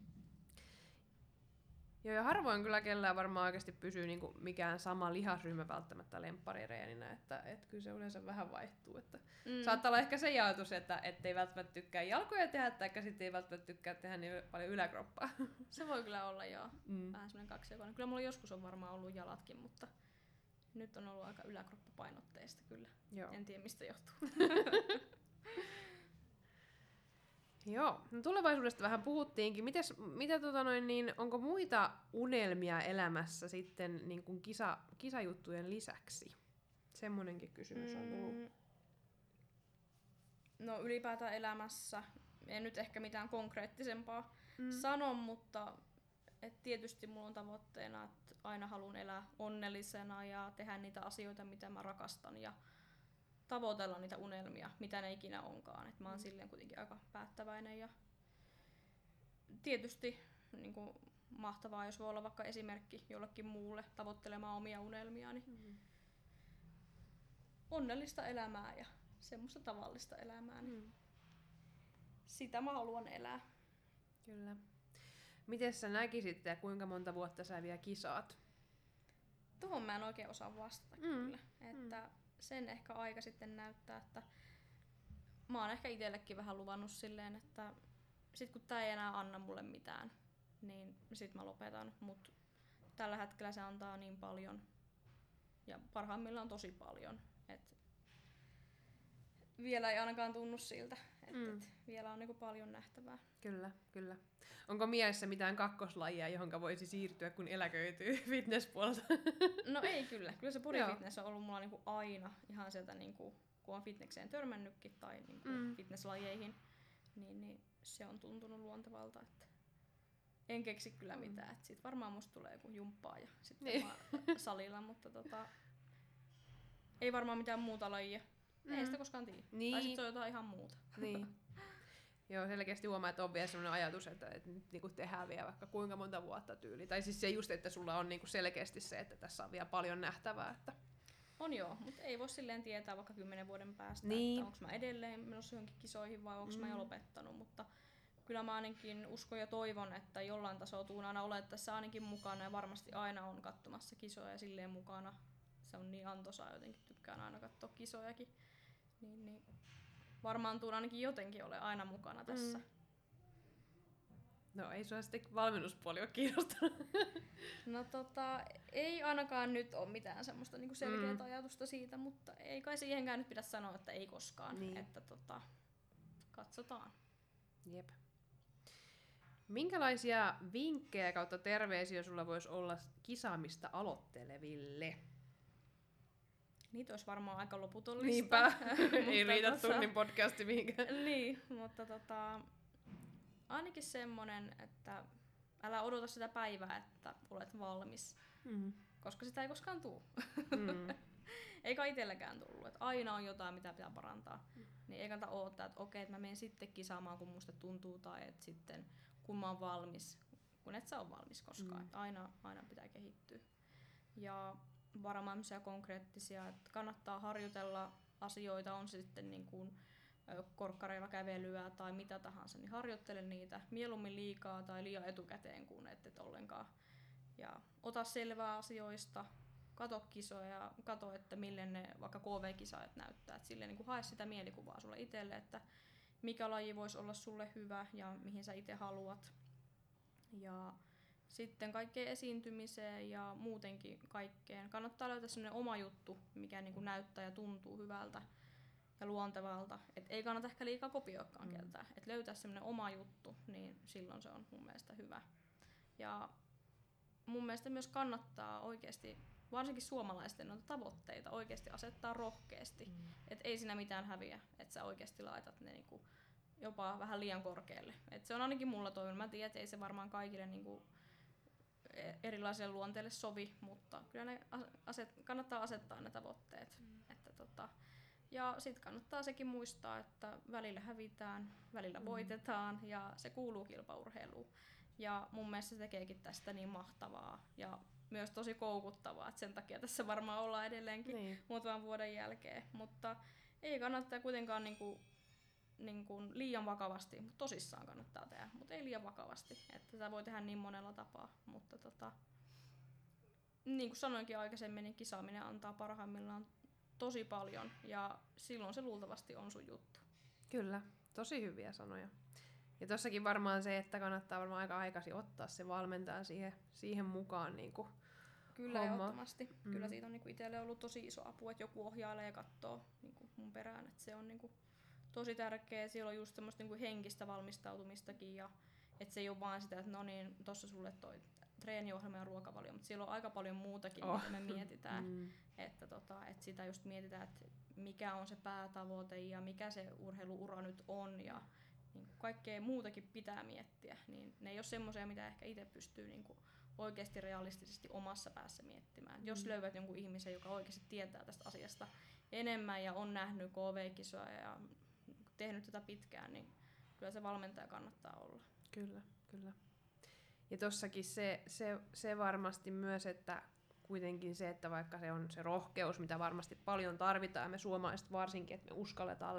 Joo, ja harvoin kyllä kellään varmaan oikeasti pysyy niinku mikään sama lihasryhmä välttämättä lempparireeninä, että kyllä se yleensä vähän vaihtuu. Että saattaa olla ehkä se jaotus, että ei välttämättä tykkää jalkoja tehdä, tai sitten ei välttämättä tykkää tehdä niin paljon yläkroppaa. Se voi kyllä olla, joo. Vähän semmoinen kaksijakoinen. Kyllä mulla joskus on varmaan ollut jalatkin, mutta nyt on ollut aika yläkroppapainotteista kyllä. Joo. En tiedä mistä johtuu. Joo, no tulevaisuudesta vähän puhuttiinkin. Onko muita unelmia elämässä sitten niin kuin kisajuttujen lisäksi? Semmoinenkin kysymys on tullut. No ylipäätään elämässä. En nyt ehkä mitään konkreettisempaa sano, mutta tietysti mulla on tavoitteena, että aina haluan elää onnellisena ja tehdä niitä asioita, mitä mä rakastan ja tavoitella niitä unelmia, mitä ne ikinä onkaan. Et mä oon silleen kuitenkin aika päättäväinen ja tietysti niin kuin mahtavaa, jos voi olla vaikka esimerkki jollekin muulle tavoittelemaan omia unelmia, niin onnellista elämää ja semmoista tavallista elämää. Niin sitä mä haluan elää. Kyllä. Miten sä näkisit ja kuinka monta vuotta sä vielä kisaat? Tuohon mä en oikein osaa vastata kyllä. Että sen ehkä aika sitten näyttää, että mä oon ehkä itsellekin vähän luvannut silleen, että sit kun tää ei enää anna mulle mitään, niin sit mä lopetan. Mut tällä hetkellä se antaa niin paljon ja parhaimmillaan tosi paljon, että vielä ei ainakaan tunnu siltä, että vielä on niinku paljon nähtävää. Kyllä, kyllä. Onko mielessä mitään kakkoslajia, johonka voisi siirtyä, kun eläköityy fitnesspuolelta? No ei kyllä. Kyllä se bodyfitness on ollut mulla niinku aina ihan sieltä, niinku, kun on fitnesseen törmännytkin tai niinku fitnesslajeihin, niin se on tuntunut luontevalta. Että en keksi kyllä mitään. Et sit varmaan musta tulee joku jumppaa ja sitten salilla, mutta ei varmaan mitään muuta lajia. Ei sitä koskaan tiedä. Niin. Tai sit se on jotain ihan muuta. Niin. Joo, selkeästi huomaa, että on vielä sellainen ajatus, että nyt niinku tehdään vielä vaikka kuinka monta vuotta tyyli. Tai siis se just, että sulla on niinku selkeästi se, että tässä on vielä paljon nähtävää. Että on joo, mutta ei voi silleen tietää vaikka 10 vuoden päästä, niin. Että onko mä edelleen menossa johonkin kisoihin vai onko mä jo lopettanut. Mutta kyllä mä ainakin uskon ja toivon, että jollain tasolla tuun aina olemaan tässä ainakin mukana ja varmasti aina on katsomassa kisoja ja silleen mukana. Se on niin antoisaa, jotenkin tykkään aina katsoa kisojakin. Niin varmaan tuun ainakin jotenkin ole aina mukana tässä. No ei sua sitten valmennuspuoli ole kiinnostanut. No ei ainakaan nyt ole mitään semmoista niinku selkeää ajatusta siitä, mutta ei kai siihenkään nyt pidä sanoa, että ei koskaan. Niin. Että katsotaan. Jep. Minkälaisia vinkkejä kautta terveisiä sulla voisi olla kisaamista aloitteleville? Niitä olisi varmaan aika loputon lista. Niinpä, ei riitä tunnin podcasti mihinkään. Niin, mutta ainakin semmonen, että älä odota sitä päivää, että olet valmis, koska sitä ei koskaan tule. Eikä itselläkään tullut, että aina on jotain, mitä pitää parantaa. Niin ei kannata odottaa, että okei, että mä menen sitten kisaamaan, kun musta tuntuu, tai että sitten kun mä oon valmis, kun et sä ole valmis koskaan. Että aina pitää kehittyä. Ja varmaan konkreettisia, että kannattaa harjoitella asioita, on se sitten niin kuin korkkareilla kävelyä tai mitä tahansa, niin harjoittele niitä mieluummin liikaa tai liian etukäteen kuin et ollenkaan. Ja ota selvää asioista, kato kisoja, kato, että mille ne vaikka KV-kisaajat näyttää. Et silleen niin kuin hae sitä mielikuvaa sulle itselle, että mikä laji voisi olla sulle hyvä ja mihin sä itse haluat. Ja sitten kaikkeen esiintymiseen ja muutenkin kaikkeen. Kannattaa löytää sellainen oma juttu, mikä niin kuin näyttää ja tuntuu hyvältä ja luontevalta. Et ei kannata ehkä liikaa kopioikaan keltään. Et löytää sellainen oma juttu, niin silloin se on mun mielestä hyvä. Ja mun mielestä myös kannattaa oikeasti, varsinkin suomalaisten noita tavoitteita, oikeasti asettaa rohkeasti. Et ei siinä mitään häviä, että sä oikeasti laitat ne niinku jopa vähän liian korkealle. Et se on ainakin mulla toiminut. Mä tiedän, että ei se varmaan kaikille niinku erilaiselle luonteelle sovi, mutta kyllä ne kannattaa asettaa ne tavoitteet. Että ja sitten kannattaa sekin muistaa, että välillä hävitään, välillä voitetaan ja se kuuluu kilpaurheiluun. Ja mun mielestä se tekeekin tästä niin mahtavaa ja myös tosi koukuttavaa, että sen takia tässä varmaan ollaan edelleenkin muutaman vuoden jälkeen. Mutta ei kannattaa kuitenkaan niinku liian vakavasti, mutta tosissaan kannattaa tehdä, mutta ei liian vakavasti. Että tätä voi tehdä niin monella tapaa, mutta niin kuin sanoinkin aikaisemmin, niin kisaaminen antaa parhaimmillaan tosi paljon ja silloin se luultavasti on sun juttu. Kyllä, tosi hyviä sanoja. Ja tossakin varmaan se, että kannattaa varmaan aika aikaisin ottaa se valmentaja siihen mukaan niinku kyllä ehdottomasti. Kyllä siitä on niinku itselle ollut tosi iso apu, että joku ohjailee ja katsoo niinku mun perään, että se on niinku tosi tärkeä. Siellä on just semmoista niinku henkistä valmistautumistakin ja että se ei ole vaan sitä, että no niin, tossa sulle toi treeniohjelma ja ruokavalio, mutta siellä on aika paljon muutakin, mitä me mietitään. Että sitä just mietitään, että mikä on se päätavoite ja mikä se urheiluura nyt on ja niin kaikkea muutakin pitää miettiä. Niin ne ei ole semmoisia, mitä ehkä itse pystyy niinku oikeasti realistisesti omassa päässä miettimään. Jos löydät jonkun ihmisen, joka oikeasti tietää tästä asiasta enemmän ja on nähnyt KV-kisoja ja tehnyt tätä pitkään, niin kyllä se valmentaja kannattaa olla. Kyllä, kyllä. Ja tossakin se varmasti myös, että kuitenkin se, että vaikka se on se rohkeus, mitä varmasti paljon tarvitaan, ja me suomalaiset varsinkin, että me uskalletaan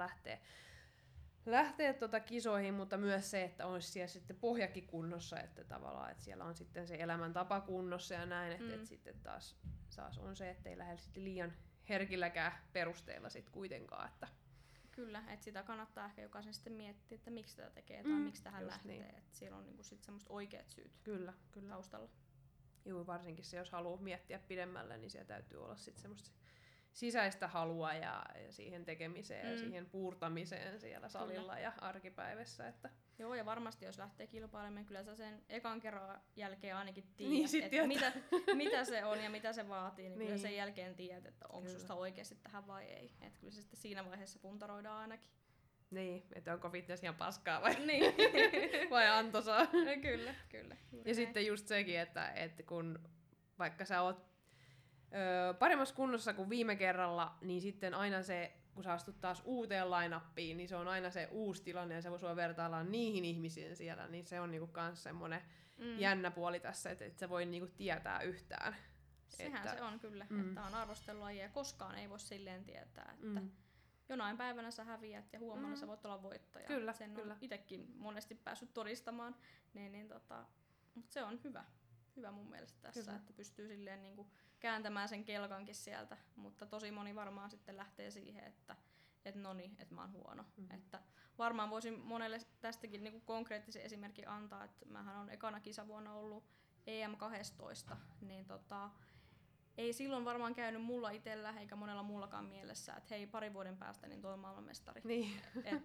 lähteä kisoihin, mutta myös se, että olisi siellä sitten pohjakin kunnossa, että tavallaan, että siellä on sitten se elämäntapa kunnossa ja näin, että sitten taas on se, että ei lähde sitten liian herkilläkään perusteella sitten kuitenkaan, että kyllä, että sitä kannattaa ehkä jokaisen sitten miettiä, että miksi tätä tekee tai miksi tähän lähtee. Niin. Että siellä on niinku sit semmoista oikeat syyt kyllä. taustalla. Joo, varsinkin se, jos haluaa miettiä pidemmälle, niin siellä täytyy olla sitten semmoista sisäistä halua ja siihen tekemiseen ja siihen puurtamiseen siellä salilla kyllä. Ja arkipäivässä. Että joo, ja varmasti jos lähtee kilpailemaan, kyllä sä sen ekan kerran jälkeen ainakin niin, tiedät, että mitä se on ja mitä se vaatii, niin kyllä sen jälkeen tiedät, että onko susta oikeasti tähän vai ei. Että kyllä se sitten siinä vaiheessa puntaroidaan ainakin. Niin, että onko fitness ihan paskaa vai, niin. vai antoisaa. Kyllä. Ja näin. Sitten just sekin, että kun vaikka sä oot paremmassa kunnossa kuin viime kerralla, niin sitten aina se, kun sä astut taas uuteen line-upiin, niin se on aina se uusi tilanne ja se voi sua vertaillaan niihin ihmisiin siellä, niin se on niinku kans semmonen jännä puoli tässä, että et sä voi niinku tietää yhtään. Sehän se on kyllä, että on arvostelulajia ja koskaan ei voi silleen tietää, että jonain päivänä sä häviät ja huomenna sä voit olla voittaja. Kyllä, sen kyllä. on itekin monesti päässyt todistamaan, mutta se on hyvä mun mielestä tässä, kyllä. Että pystyy silleen niinku kääntämään sen kelkankin sieltä, mutta tosi moni varmaan sitten lähtee siihen, että mä oon huono. Että varmaan voisin monelle tästäkin niinku konkreettisen esimerkin antaa, että mähän on ekana kisavuonna ollut EM12, niin ei silloin varmaan käynyt mulla itsellä eikä monella muullakaan mielessä, että hei, 2 vuoden päästä niin toi on maailmanmestari. Niin.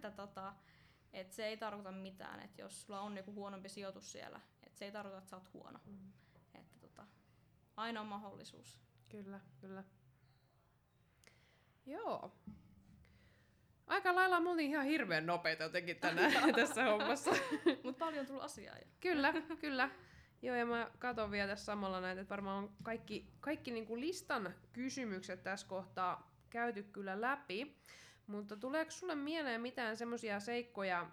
Että se ei tarkoita mitään, että jos sulla on joku huonompi sijoitus siellä, että se ei tarkoita, että sä oot huono. Että aina on mahdollisuus. Kyllä. Joo. Aika lailla me oltiin ihan hirveän nopeita jotenkin tänään tässä hommassa. Mutta paljon on tullut asiaa jo. Kyllä. Joo, ja mä katon vielä tässä samalla näitä, että varmaan on kaikki niinku listan kysymykset tässä kohtaa käyty kyllä läpi. Mutta tuleeko sulle mieleen mitään semmoisia seikkoja,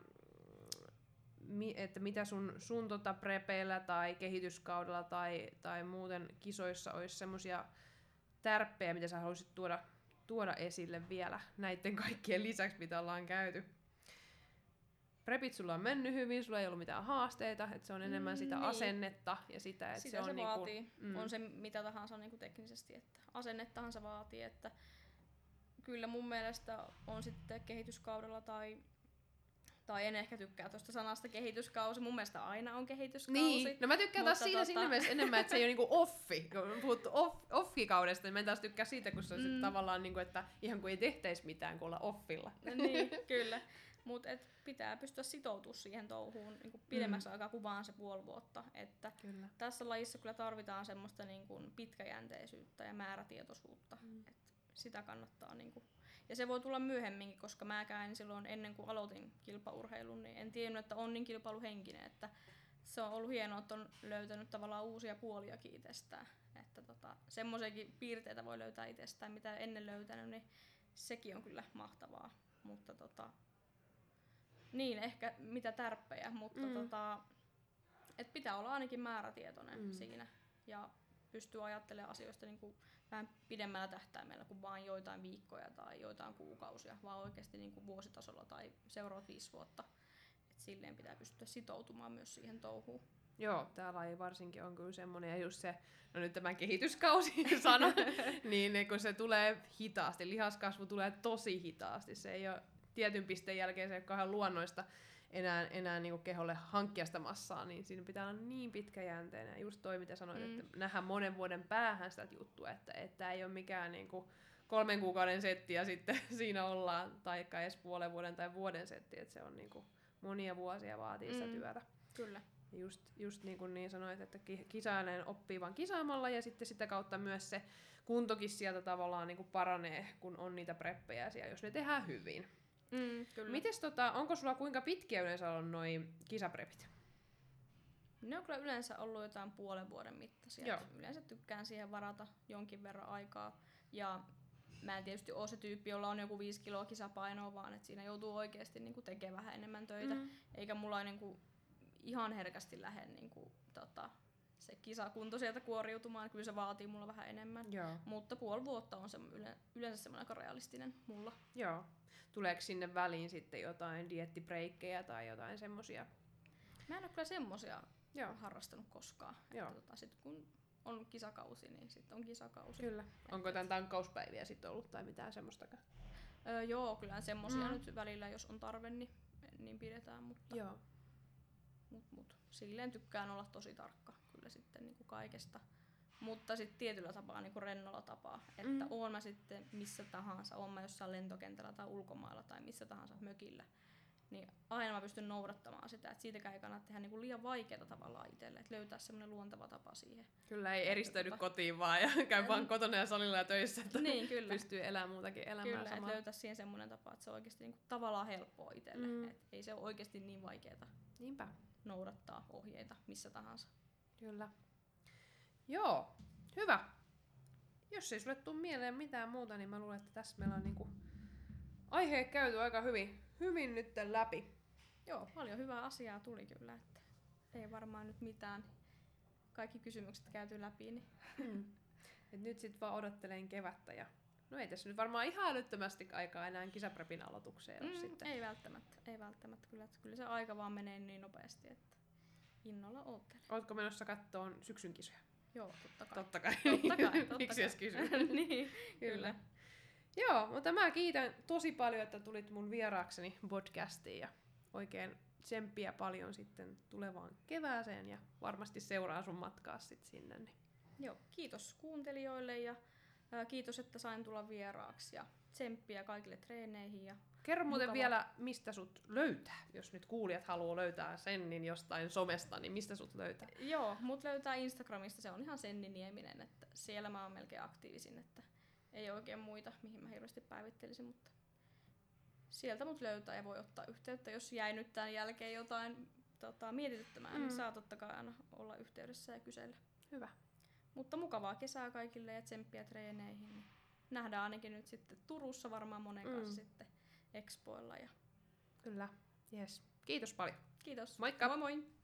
että mitä sun prepeillä tai kehityskaudella tai muuten kisoissa olisi semmoisia tärppejä, mitä sä haluaisit tuoda esille vielä näiden kaikkien lisäksi, mitä ollaan käyty? Prepit sulla on mennyt hyvin, sulla ei ollut mitään haasteita, että se on enemmän sitä asennetta ja sitä, että sitä se on vaatii. On se mitä tahansa niinku teknisesti, että asennettahan se vaatii, että kyllä mun mielestä on sitten kehityskaudella tai en ehkä tykkää tuosta sanasta kehityskausi. Mun mielestä aina on kehityskausi. Niin, no mä tykkään taas siinä mielessä enemmän, että se ei ole niinku offi. Kun on puhuttu off-kaudesta, niin mä en taas tykkää siitä, kun se on sit tavallaan niinku, että ihan kuin ei tehtäisi mitään, kun ollaan offilla. Niin, kyllä. Mutta pitää pystyä sitoutumaan siihen touhuun niin pidemmäksi aikaa kuin vaan se 5 vuotta. Että tässä lajissa kyllä tarvitaan semmoista niin kuin pitkäjänteisyyttä ja määrätietoisuutta. Et sitä kannattaa ja se voi tulla myöhemminkin, koska mäkään silloin ennen kuin aloitin kilpaurheilun, niin en tiennyt, että on niin kilpailuhenkinen. Että se on ollut hienoa, että on löytänyt tavallaan uusia puoliakin itsestään. Että semmoisiakin piirteitä voi löytää itsestään, mitä ennen löytänyt, niin sekin on kyllä mahtavaa. Mutta niin ehkä mitä tärppejä, mutta et pitää olla ainakin määrätietoinen siinä ja pystyy ajattelemaan asioista niin kuin vähän pidemmällä tähtäimellä kuin vain joitain viikkoja tai joitain kuukausia, vaan oikeasti niin kuin vuositasolla tai seuraavat 5 vuotta. Et silleen pitää pystyä sitoutumaan myös siihen touhuun. Joo, tää laji varsinkin on kyllä semmonen, ja just se, no nyt tämä kehityskausi-sana, niin kun se tulee hitaasti, lihaskasvu tulee tosi hitaasti, se ei ole tietyn pisteen jälkeen se ei ole kauhean luonnoista enää niinku keholle hankkia sitä massaa, niin siinä pitää olla niin pitkäjänteinen. Just toi, mitä sanoit, että nähdään monen vuoden päähän sitä juttua, että ei ole mikään niinku 3 kuukauden setti ja sitten siinä ollaan, taikka edes puolen vuoden tai vuoden setti, että se on niinku monia vuosia vaatii sitä työtä. Kyllä. Just niin kuin niin sanoit, että kisailen oppii vaan kisaamalla ja sitten sitä kautta myös se kuntokin sieltä tavallaan niinku paranee, kun on niitä preppejä siellä, jos ne tehdään hyvin. Kyllä. Mites onko sulla kuinka pitkiä yleensä on noi kisaprepit? Ne on kyllä yleensä ollut jotain puolen vuoden mittaisia. Joo. Yleensä tykkään siihen varata jonkin verran aikaa. Ja mä en tietysti ole se tyyppi, jolla on joku 5 kiloa kisapainoa, vaan että siinä joutuu oikeasti niinku tekemään vähän enemmän töitä. Eikä mulla niinku ihan herkästi lähde niinku, se kisakunto sieltä kuoriutumaan. Kyllä se vaatii mulla vähän enemmän. Joo. Mutta puoli vuotta on yleensä semmoinen aika realistinen mulla. Joo. Tuleeko sinne väliin sitten jotain dieettibreikkejä tai jotain semmosia? Mä en ole kyllä semmosia Joo. harrastanut koskaan. Joo. Sit kun on kisakausi, niin sitten on kisakausi. Kyllä. Onko tämän tankkauspäiviä sitten ollut tai mitään semmoistakaan? Joo, kyllähän semmosia nyt välillä, jos on tarve, niin pidetään, mutta Joo. silleen tykkään olla tosi tarkka kyllä sitten niinku kaikesta. Mutta sitten tietyllä tapaa niinku rennolla tapaa, että oon mä sitten missä tahansa, oon mä jossain lentokentällä tai ulkomailla tai missä tahansa mökillä, niin aina mä pystyn noudattamaan sitä, että siitäkään ei kannata tehdä niinku liian vaikeaa tavallaan itselle, että löytää semmoinen luonteva tapa siihen. Kyllä ei eristäydy kotiin vaan ja käy vaan kotona ja salilla ja töissä, että niin, kyllä. pystyy elämään muutakin elämää kyllä, samalla. että löytää siihen semmoinen tapa, että se on oikeasti niinku tavallaan helppoa itselle, että ei se ole oikeasti niin vaikeaa Niinpä. noudattaa ohjeita missä tahansa. Kyllä. Joo, hyvä. Jos ei sulle tule mieleen mitään muuta, niin mä luulen, että tässä meillä on niinku aiheet käyty aika hyvin nyt läpi. Joo, paljon hyvää asiaa tuli kyllä, että ei varmaan nyt mitään. Kaikki kysymykset käyty läpi. Niin. Et nyt sit vaan odottelen kevättä ja no ei tässä nyt varmaan ihan älyttömästi aikaa enää kisaprepin aloitukseen ole sitten. Ei välttämättä kyllä, että kyllä se aika vaan menee niin nopeasti, että innolla oottelen. Ootko menossa kattoon syksyn kisoja? Joo, totta kai. Totta kai. Miksi edes kysyä? Niin, kyllä. Joo, mutta mä kiitän tosi paljon, että tulit mun vieraakseni podcastiin ja oikein tsemppiä paljon sitten tulevaan kevääseen ja varmasti seuraa sun matkaa sit sinne. Niin. Joo, kiitos kuuntelijoille ja kiitos, että sain tulla vieraaksi ja tsemppiä kaikille treeneihin. Ja kerro muuten vielä, mistä sut löytää, jos nyt kuulijat haluaa löytää Sennin jostain somesta, niin mistä sut löytää? Joo, mut löytää Instagramista, se on ihan Senni Nieminen, että siellä mä oon melkein aktiivisin, että ei oikein muita, mihin mä hirveästi päivittelisin, mutta sieltä mut löytää ja voi ottaa yhteyttä, jos jäi nyt tämän jälkeen jotain mietityttämään, niin saa totta kai aina olla yhteydessä ja kysellä. Hyvä. Mutta mukavaa kesää kaikille ja tsemppiä treeneihin. Niin nähdään ainakin nyt sitten Turussa varmaan monen kanssa sitten Expoilla. Ja Kyllä, yes. Kiitos paljon. kiitos. Moikka! Moi moi!